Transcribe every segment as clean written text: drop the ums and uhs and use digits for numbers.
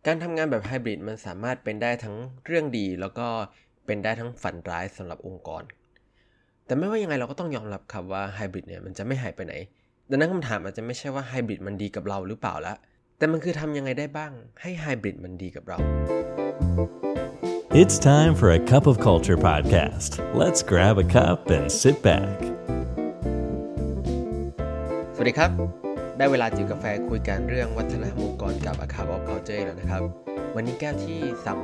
การทำงานแบบไฮบริดมันสามารถเป็นได้ทั้งเรื่องดีแล้วก็เป็นได้ทั้งฝันร้ายสำหรับองค์กรแต่ไม่ว่ายังไงเราก็ต้องยอมรับครับว่าไฮบริดเนี่ยมันจะไม่หายไปไหนดังนั้นคำถามอาจจะไม่ใช่ว่าไฮบริดมันดีกับเราหรือเปล่าละแต่มันคือทำยังไงได้บ้างให้ไฮบริดมันดีกับเรา It's time for a cup of culture podcast. Let's grab a cup and sit back. สวัสดีครับได้เวลาจิบกาแฟคุยกันเรื่องวัฒนธรรมองค์กรกับ A Cup of Culture แล้วนะครับวันนี้แก้วที่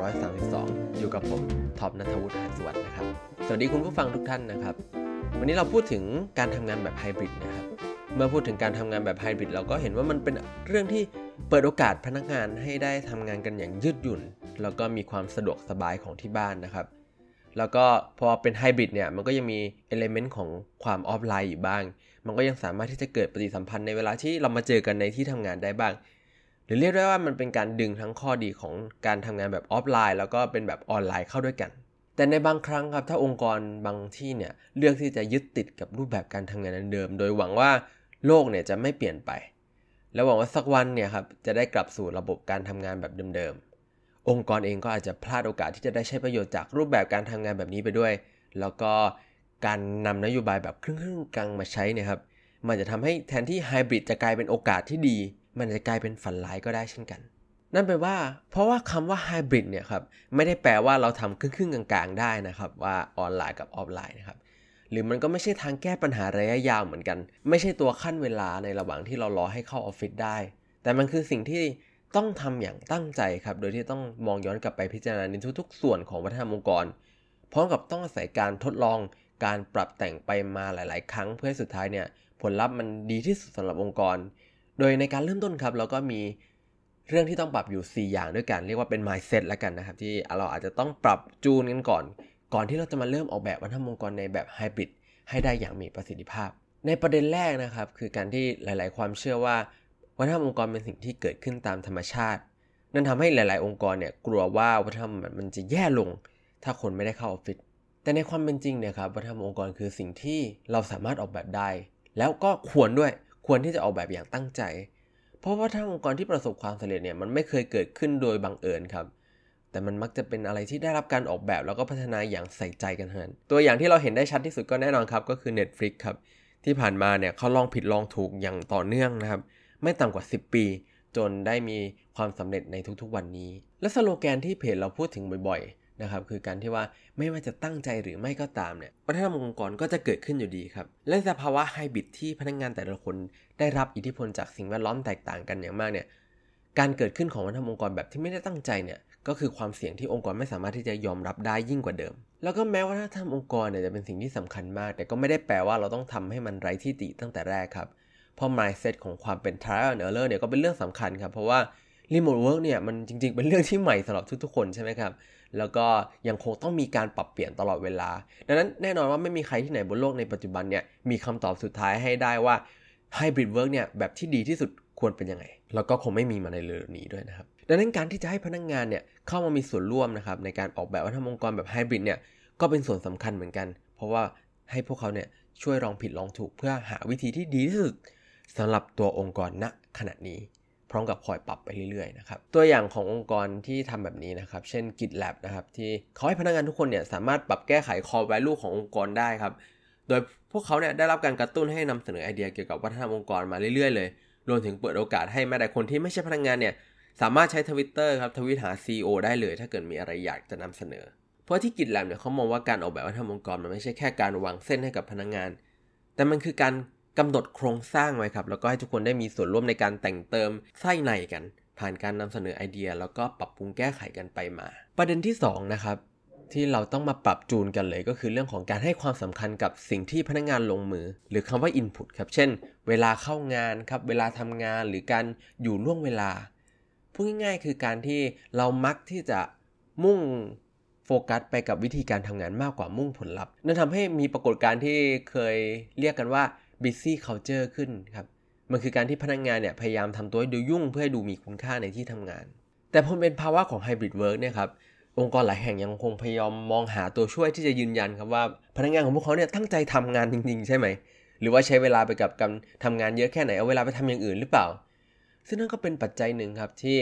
332อยู่กับผมท็อปณัฐวุฒิ หาญสวัสดิ์นะครับสวัสดีคุณผู้ฟังทุกท่านนะครับวันนี้เราพูดถึงการทำงานแบบไฮบริดนะครับเมื่อพูดถึงการทำงานแบบไฮบริดเราก็เห็นว่ามันเป็นเรื่องที่เปิดโอกาสพนักงานให้ได้ทำงานกันอย่างยืดหยุ่นแล้วก็มีความสะดวกสบายของที่บ้านนะครับแล้วก็พอเป็นไฮบริดเนี่ยมันก็ยังมีเอลิเมนต์ของความออฟไลน์อยู่บ้างมันก็ยังสามารถที่จะเกิดปฏิสัมพันธ์ในเวลาที่เรามาเจอกันในที่ทำงานได้บ้างหรือเรียกได้ว่ามันเป็นการดึงทั้งข้อดีของการทำงานแบบออฟไลน์แล้วก็เป็นแบบออนไลน์เข้าด้วยกันแต่ในบางครั้งครับถ้าองค์กรบางที่เนี่ยเลือกที่จะยึดติดกับรูปแบบการทำงานเดิมโดยหวังว่าโลกเนี่ยจะไม่เปลี่ยนไปแล้วหวังว่าสักวันเนี่ยครับจะได้กลับสู่ระบบการทำงานแบบเดิมๆองค์กรเองก็อาจจะพลาดโอกาสที่จะได้ใช้ประโยชน์จากรูปแบบการทำงานแบบนี้ไปด้วยแล้วก็การนำนโยบายแบบครึ่งๆกลางมาใช้เนี่ยครับมันจะทำให้แทนที่ไฮบริดจะกลายเป็นโอกาสที่ดีมันจะกลายเป็นฝันร้ายก็ได้เช่นกันนั่นแปลว่าเพราะว่าคำว่าไฮบริดเนี่ยครับไม่ได้แปลว่าเราทำครึ่งๆกลางๆได้นะครับว่าออนไลน์กับออฟไลน์นะครับหรือมันก็ไม่ใช่ทางแก้ปัญหาระยะยาวเหมือนกันไม่ใช่ตัวขั้นเวลาในระหว่างที่เรารอให้เข้าออฟฟิศได้แต่มันคือสิ่งที่ต้องทำอย่างตั้งใจครับโดยที่ต้องมองย้อนกลับไปพิจารณาในทุกๆส่วนของวัฒนธรรมองค์กรพร้อมกับต้องอาศัยการทดลองการปรับแต่งไปมาหลายๆครั้งเพื่อให้สุดท้ายเนี่ยผลลัพธ์มันดีที่สุดสำหรับองค์กรโดยในการเริ่มต้นครับเราก็มีเรื่องที่ต้องปรับอยู่4อย่างด้วยกันเรียกว่าเป็น mindset แล้วกันนะครับที่เราอาจจะต้องปรับจูนกันก่อนที่เราจะมาเริ่มออกแบบวัฒนธรรมองค์กรในแบบไฮบริดให้ได้อย่างมีประสิทธิภาพในประเด็นแรกนะครับคือการที่หลายๆความเชื่อว่าวัฒนธรรมองค์กรเป็นสิ่งที่เกิดขึ้นตามธรรมชาตินั่นทำให้หลายๆองค์กรเนี่ยกลัวว่าวัฒนธรรมมันจะแย่ลงถ้าคนไม่ได้เข้าออฟฟิศแต่ในความเป็นจริงเนี่ยครับวัฒนธรรมองค์กรคือสิ่งที่เราสามารถออกแบบได้แล้วก็ควรที่จะออกแบบอย่างตั้งใจเพราะว่าถ้าองค์กรที่ประสบความสำเร็จเนี่ยมันไม่เคยเกิดขึ้นโดยบังเอิญครับแต่มันมักจะเป็นอะไรที่ได้รับการออกแบบแล้วก็พัฒนาอย่างใส่ใจกันทั้งนั้นตัวอย่างที่เราเห็นได้ชัดที่สุดก็แน่นอนครับก็คือ Netflix ครับที่ผ่านมาเนี่ยเขาลองผิดลองถูกอย่างต่อเนื่องนะครับไม่ต่ำกว่า10ปีจนได้มีความสำเร็จในทุกๆวันนี้และสโลแกนที่เพจเราพูดถึงบ่อยๆนะครับคือการที่ว่าไม่ว่าจะตั้งใจหรือไม่ก็ตามเนี่ยวัฒนธรรมองค์กรก็จะเกิดขึ้นอยู่ดีครับและสภาวะไฮบริดที่พนักงานแต่ละคนได้รับอิทธิพลจากสิ่งแวดล้อมแตกต่างกันอย่างมากเนี่ยการเกิดขึ้นของวัฒนธรรมองค์กรแบบที่ไม่ได้ตั้งใจเนี่ยก็คือความเสี่ยงที่องค์กรไม่สามารถที่จะยอมรับได้ยิ่งกว่าเดิมแล้วก็แม้ว่าวัฒนธรรมองค์กรเนี่ยจะเป็นสิ่งที่สำคัญมากแต่ก็ไม่ได้แปลว่าเราต้องทำให้มันไร้ที่ติตั้งแต่แรกครับเพราะ mindset ของความเป็น trial and error เนี่ยก็เป็นเรื่องสำคัญครับเพราะว่า remote work เนี่ยมันจริงๆเป็นเรื่องที่ใหม่สำหรับทุกๆคนใช่ไหมครับแล้วก็ยังคงต้องมีการปรับเปลี่ยนตลอดเวลาดังนั้นแน่นอนว่าไม่มีใครที่ไหนบนโลกในปัจจุบันเนี่ยมีคำตอบสุดท้ายให้ได้ว่า hybrid work เนี่ยแบบที่ดีที่สุดควรเป็นยังไงแล้วก็คงไม่มีมาในเร็วนี้ด้วยนะครับดังนั้นการที่จะให้พนักงานเนี่ยเข้ามามีส่วนร่วมนะครับในการออกแบบวัฒนธรรมองค์กรแบบไฮบริดเนี่ยก็เป็นส่วนสำคัญเหมือนกันเพราะว่าให้พวกเขาเนี่ยช่วยลองผิดลองถูกเพื่อหาวิธีที่ดีที่สุดสำหรับตัวองค์กรณขณะนี้พร้อมกับคอยปรับไปเรื่อยๆนะครับตัวอย่างขององค์กรที่ทำแบบนี้นะครับเช่น GitLab นะครับที่เขาให้พนักงานทุกคนเนี่ยสามารถปรับแก้ไข core value ขององค์กรได้ครับโดยพวกเขาเนี่ยได้รับการกระตุ้นให้นำเสนอไอเดียเกี่ยวกับวัฒนธรรมองค์กรมาเรื่อยๆเลยรวมถึงเปิดโอกาสให้แม้แต่คนที่ไม่ใช่พนักงานเนี่ยสามารถใช้ Twitter ครับทวีตหา CEO ได้เลยถ้าเกิดมีอะไรอยากจะนำเสนอเพราะที่ GitLab เนี่ยเขามองว่าการออกแบบวัฒนธรรมองค์กรมันไม่ใช่แค่การวางเส้นให้กับพนักงานแต่มันคือการกำหนดโครงสร้างไว้ครับแล้วก็ให้ทุกคนได้มีส่วนร่วมในการแต่งเติมไส้ในกันผ่านการนำเสนอไอเดียแล้วก็ปรับปรุงแก้ไขกันไปมาประเด็นที่2นะครับที่เราต้องมาปรับจูนกันเลยก็คือเรื่องของการให้ความสำคัญกับสิ่งที่พนักงานลงมือหรือคำว่า input ครับเช่นเวลาเข้างานครับเวลาทำงานหรือการอยู่ล่วงเวลาพูดง่ายๆคือการที่เรามักที่จะมุ่งโฟกัสไปกับวิธีการทำงานมากกว่ามุ่งผลลัพธ์นั่นทำให้มีปรากฏการณ์ที่เคยเรียกกันว่า busy culture ขึ้นครับมันคือการที่พนักงานเนี่ยพยายามทำตัวให้ดูยุ่งเพื่อให้ดูมีคุณค่าในที่ทำงานแต่พอเป็นภาวะของ hybrid work เนี่ยครับองค์กรหลายแห่งยังคงพยายามมองหาตัวช่วยที่จะยืนยันครับว่าพนักงานของพวกเขาเนี่ยตั้งใจทำงานจริงๆใช่ไหมหรือว่าใช้เวลาไปกับการทำงานเยอะแค่ไหนเอาเวลาไปทำอย่างอื่นหรือเปล่าซึ่งนั่นก็เป็นปัจจัยหนึ่งครับที่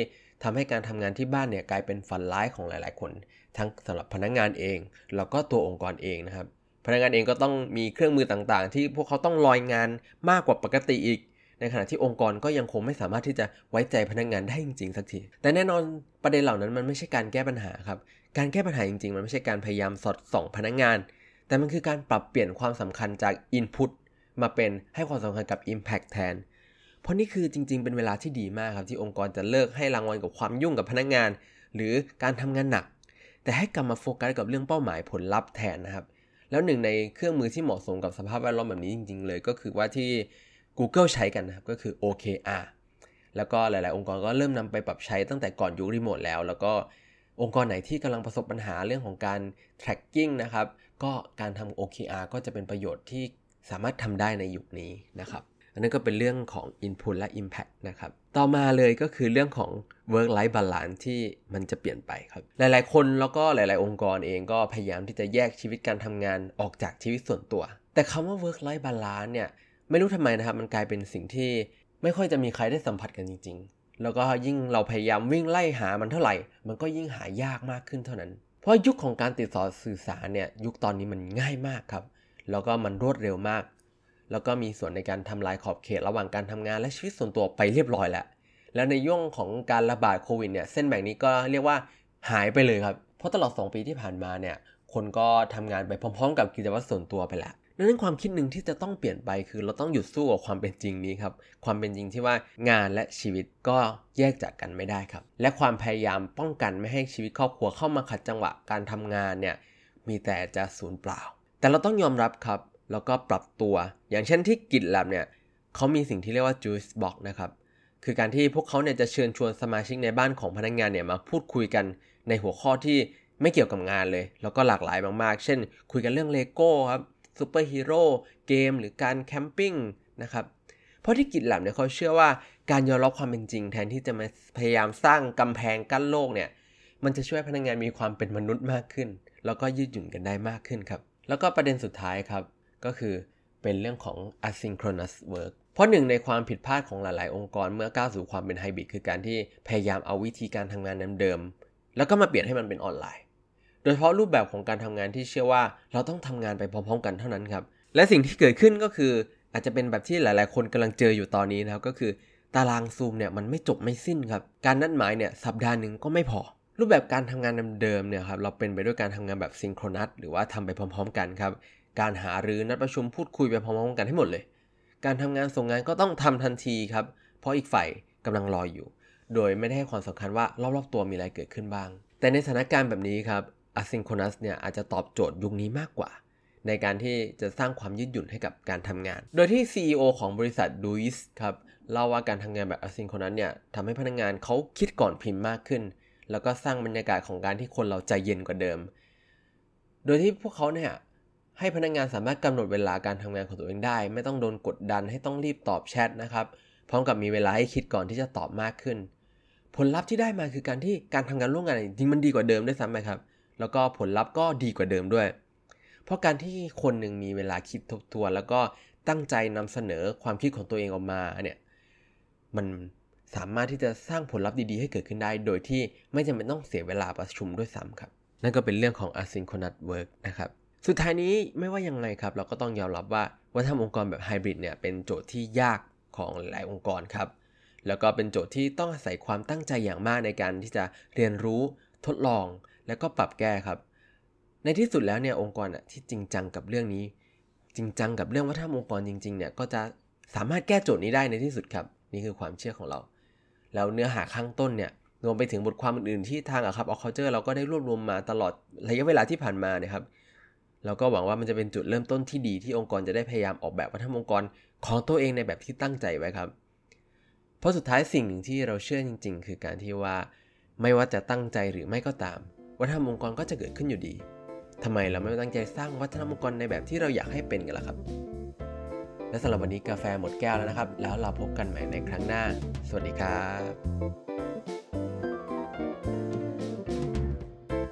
ทำให้การทำงานที่บ้านเนี่ยกลายเป็นฝันร้ายของหลายๆคนทั้งสำหรับพนักงานเองแล้วก็ตัวองค์กรเองนะครับพนักงานเองก็ต้องมีเครื่องมือต่างๆที่พวกเขาต้องลอยงานมากกว่าปกติอีกในขณะที่องค์กรก็ยังคงไม่สามารถที่จะไว้ใจพนักงานได้จริงๆสักทีแต่แน่นอนประเด็นเหล่านั้นมันไม่ใช่การแก้ปัญหาครับการแก้ปัญหาจริงๆมันไม่ใช่การพยายามสอดส่องพนักงานแต่มันคือการปรับเปลี่ยนความสำคัญจาก input มาเป็นให้ความสำคัญกับ impact แทนเพราะนี่คือจริงๆเป็นเวลาที่ดีมากครับที่องค์กรจะเลิกให้รางวัลกับความยุ่งกับพนักงานหรือการทำงานหนักแต่ให้กลับมาโฟกัสกับเรื่องเป้าหมายผลลัพธ์แทนนะครับแล้วหนึ่งในเครื่องมือที่เหมาะสมกับสภาพแวดล้อมแบบนี้จริงๆเลยก็คือว่าที่ Google ใช้กันนะครับก็คือ OKR แล้วก็หลายๆองค์กรก็เริ่มนำไปปรับใช้ตั้งแต่ก่อนยุครีโมทแล้วก็องค์กรไหนที่กำลังประสบปัญหาเรื่องของการ tracking นะครับก็การทำ OKR ก็จะเป็นประโยชน์ที่สามารถทำได้ในยุคนี้นะครับอันนั้นก็เป็นเรื่องของ input และ impact นะครับต่อมาเลยก็คือเรื่องของ work life balance ที่มันจะเปลี่ยนไปครับหลายๆคนแล้วก็หลายๆองค์กรเองก็พยายามที่จะแยกชีวิตการทำงานออกจากชีวิตส่วนตัวแต่คำว่า work life balance เนี่ยไม่รู้ทำไมนะครับมันกลายเป็นสิ่งที่ไม่ค่อยจะมีใครได้สัมผัสกันจริงๆแล้วก็ยิ่งเราพยายามวิ่งไล่หามันเท่าไหร่มันก็ยิ่งหายากมากขึ้นเท่านั้นเพราะยุคของการติดต่อสื่อสารเนี่ยยุคตอนนี้มันง่ายมากครับแล้วก็มันรวดเร็วมากแล้วก็มีส่วนในการทำลายขอบเขตระหว่างการทำงานและชีวิตส่วนตัวไปเรียบร้อยแล้วในช่วงของการระบาดโควิดเนี่ยเส้นแบ่งนี้ก็เรียกว่าหายไปเลยครับเพราะตลอด2 ปีที่ผ่านมาเนี่ยคนก็ทำงานไปพร้อมๆกับกิจวัตรส่วนตัวไปแล้วดังนั้นความคิดหนึ่งที่จะต้องเปลี่ยนไปคือเราต้องหยุดสู้กับความเป็นจริงนี้ครับความเป็นจริงที่ว่างานและชีวิตก็แยกจากกันไม่ได้ครับและความพยายามป้องกันไม่ให้ชีวิตครอบครัวเข้ามาขัดจังหวะการทำงานเนี่ยมีแต่จะสูญเปล่าแต่เราต้องยอมรับครับแล้วก็ปรับตัวอย่างเช่นที่ GitLab เนี่ยเขามีสิ่งที่เรียกว่า Juice Box นะครับคือการที่พวกเขาเนี่ยจะเชิญชวนสมาชิกในบ้านของพนักงานเนี่ยมาพูดคุยกันในหัวข้อที่ไม่เกี่ยวกับงานเลยแล้วก็หลากหลายมากๆเช่นคุยกันเรื่อง Lego ครับซูเปอร์ฮีโร่เกมหรือการแคมปิ้งนะครับเพราะที่ GitLab เนี่ยเขาเชื่อว่าการยอมรับความเป็นจริงแทนที่จะมาพยายามสร้างกำแพงกั้นโลกเนี่ยมันจะช่วยพนักงานมีความเป็นมนุษย์มากขึ้นแล้วก็ยืดหยุ่นกันได้มากขึ้นครับแล้วก็ประเด็นสุดท้ายครับก็คือเป็นเรื่องของ asynchronous work เพราะหนึ่งในความผิดพลาดของหลายๆองค์กรเมื่อก้าวสู่ความเป็นไฮบริดคือการที่พยายามเอาวิธีการทำงานเดิมๆแล้วก็มาเปลี่ยนให้มันเป็นออนไลน์โดยเฉพาะรูปแบบของการทำงานที่เชื่อว่าเราต้องทำงานไปพร้อมๆกันเท่านั้นครับและสิ่งที่เกิดขึ้นก็คืออาจจะเป็นแบบที่หลายๆคนกำลังเจออยู่ตอนนี้นะครับก็คือตารางซูมเนี่ยมันไม่จบไม่สิ้นครับการนัดหมายเนี่ยสัปดาห์นึงก็ไม่พอรูปแบบการทำงานเดิมๆเนี่ยครับเราเป็นไปด้วยการทำงานแบบซิงโครนัสหรือว่าทำไปพร้อมๆกันครับการหารือนัดประชุมพูดคุยไปพร้อมๆกันให้หมดเลยการทำงานส่งงานก็ต้องทำทันทีครับเพราะอีกฝ่ายกำลังรออยู่โดยไม่ได้ให้ความสำคัญว่ารอบๆตัวมีอะไรเกิดขึ้นบ้างแต่ในสถานการณ์แบบนี้ครับasynchronous เนี่ยอาจจะตอบโจทย์ยุคนี้มากกว่าในการที่จะสร้างความยืดหยุ่นให้กับการทำงานโดยที่ CEO ของบริษัท Duis ครับเล่าว่าการทำงานแบบ asynchronous เนี่ยทำให้พนักงานเขาคิดก่อนพิมพ์มากขึ้นแล้วก็สร้างบรรยากาศของการที่คนเราใจเย็นกว่าเดิมโดยที่พวกเขาเนี่ยให้พนักงานสามารถกำหนดเวลาการทำงานของตัวเองได้ไม่ต้องโดนกดดันให้ต้องรีบตอบแชทนะครับพร้อมกับมีเวลาให้คิดก่อนที่จะตอบมากขึ้นผลลัพธ์ที่ได้มาคือการที่การทำงานร่วมกันจริงๆมันดีกว่าเดิมด้วยซ้ำไหมครับแล้วก็ผลลัพธ์ก็ดีกว่าเดิมด้วยเพราะการที่คนหนึ่งมีเวลาคิดทบทวนแล้วก็ตั้งใจนำเสนอความคิดของตัวเองออกมาเนี่ยมันสามารถที่จะสร้างผลลัพธ์ดีๆให้เกิดขึ้นได้โดยที่ไม่จำเป็นต้องเสียเวลาประชุมด้วยซ้ำครับนั่นก็เป็นเรื่องของ asynchronous work นะครับสุดท้ายนี้ไม่ว่ายังไงครับเราก็ต้องยอมรับว่าวัฒนธรรมองค์กรแบบไฮบริดเนี่ยเป็นโจทย์ที่ยากของหลายองค์กรครับแล้วก็เป็นโจทย์ที่ต้องอาศัยความตั้งใจอย่างมากในการที่จะเรียนรู้ทดลองแล้วก็ปรับแก้ครับในที่สุดแล้วเนี่ยองค์กรที่จริงจังกับเรื่องนี้จริงจังกับเรื่องวัฒนธรรมองค์กรจริงๆเนี่ยก็จะสามารถแก้โจทย์นี้ได้ในที่สุดครับนี่คือความเชื่อของเราแล้วเนื้อหาข้างต้นเนี่ยรวมไปถึงบทความอื่นๆที่ทางAkabox Cultureเราก็ได้รวบรวมมาตลอดระยะเวลาที่ผ่านมานะครับเราก็หวังว่ามันจะเป็นจุดเริ่มต้นที่ดีที่องค์กรจะได้พยายามออกแบบวัฒนธรรมองค์กรของตัวเองในแบบที่ตั้งใจไว้ครับเพราะสุดท้ายสิ่งหนึ่งที่เราเชื่อจริงๆคือการที่ว่าไม่ว่าจะตั้งใจหรือไม่ก็ตามวัฒนธรรมองค์กรก็จะเกิดขึ้นอยู่ดีทำไมเราไม่ตั้งใจสร้างวัฒนธรรมองค์กรในแบบที่เราอยากให้เป็นกันล่ะครับและสำหรับวันนี้กาแฟหมดแก้วแล้วนะครับแล้วเราพบกันใหม่ในครั้งหน้าสวัสดีครับ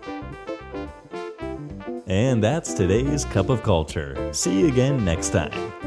And that's today's Cup of Culture. See you again next time.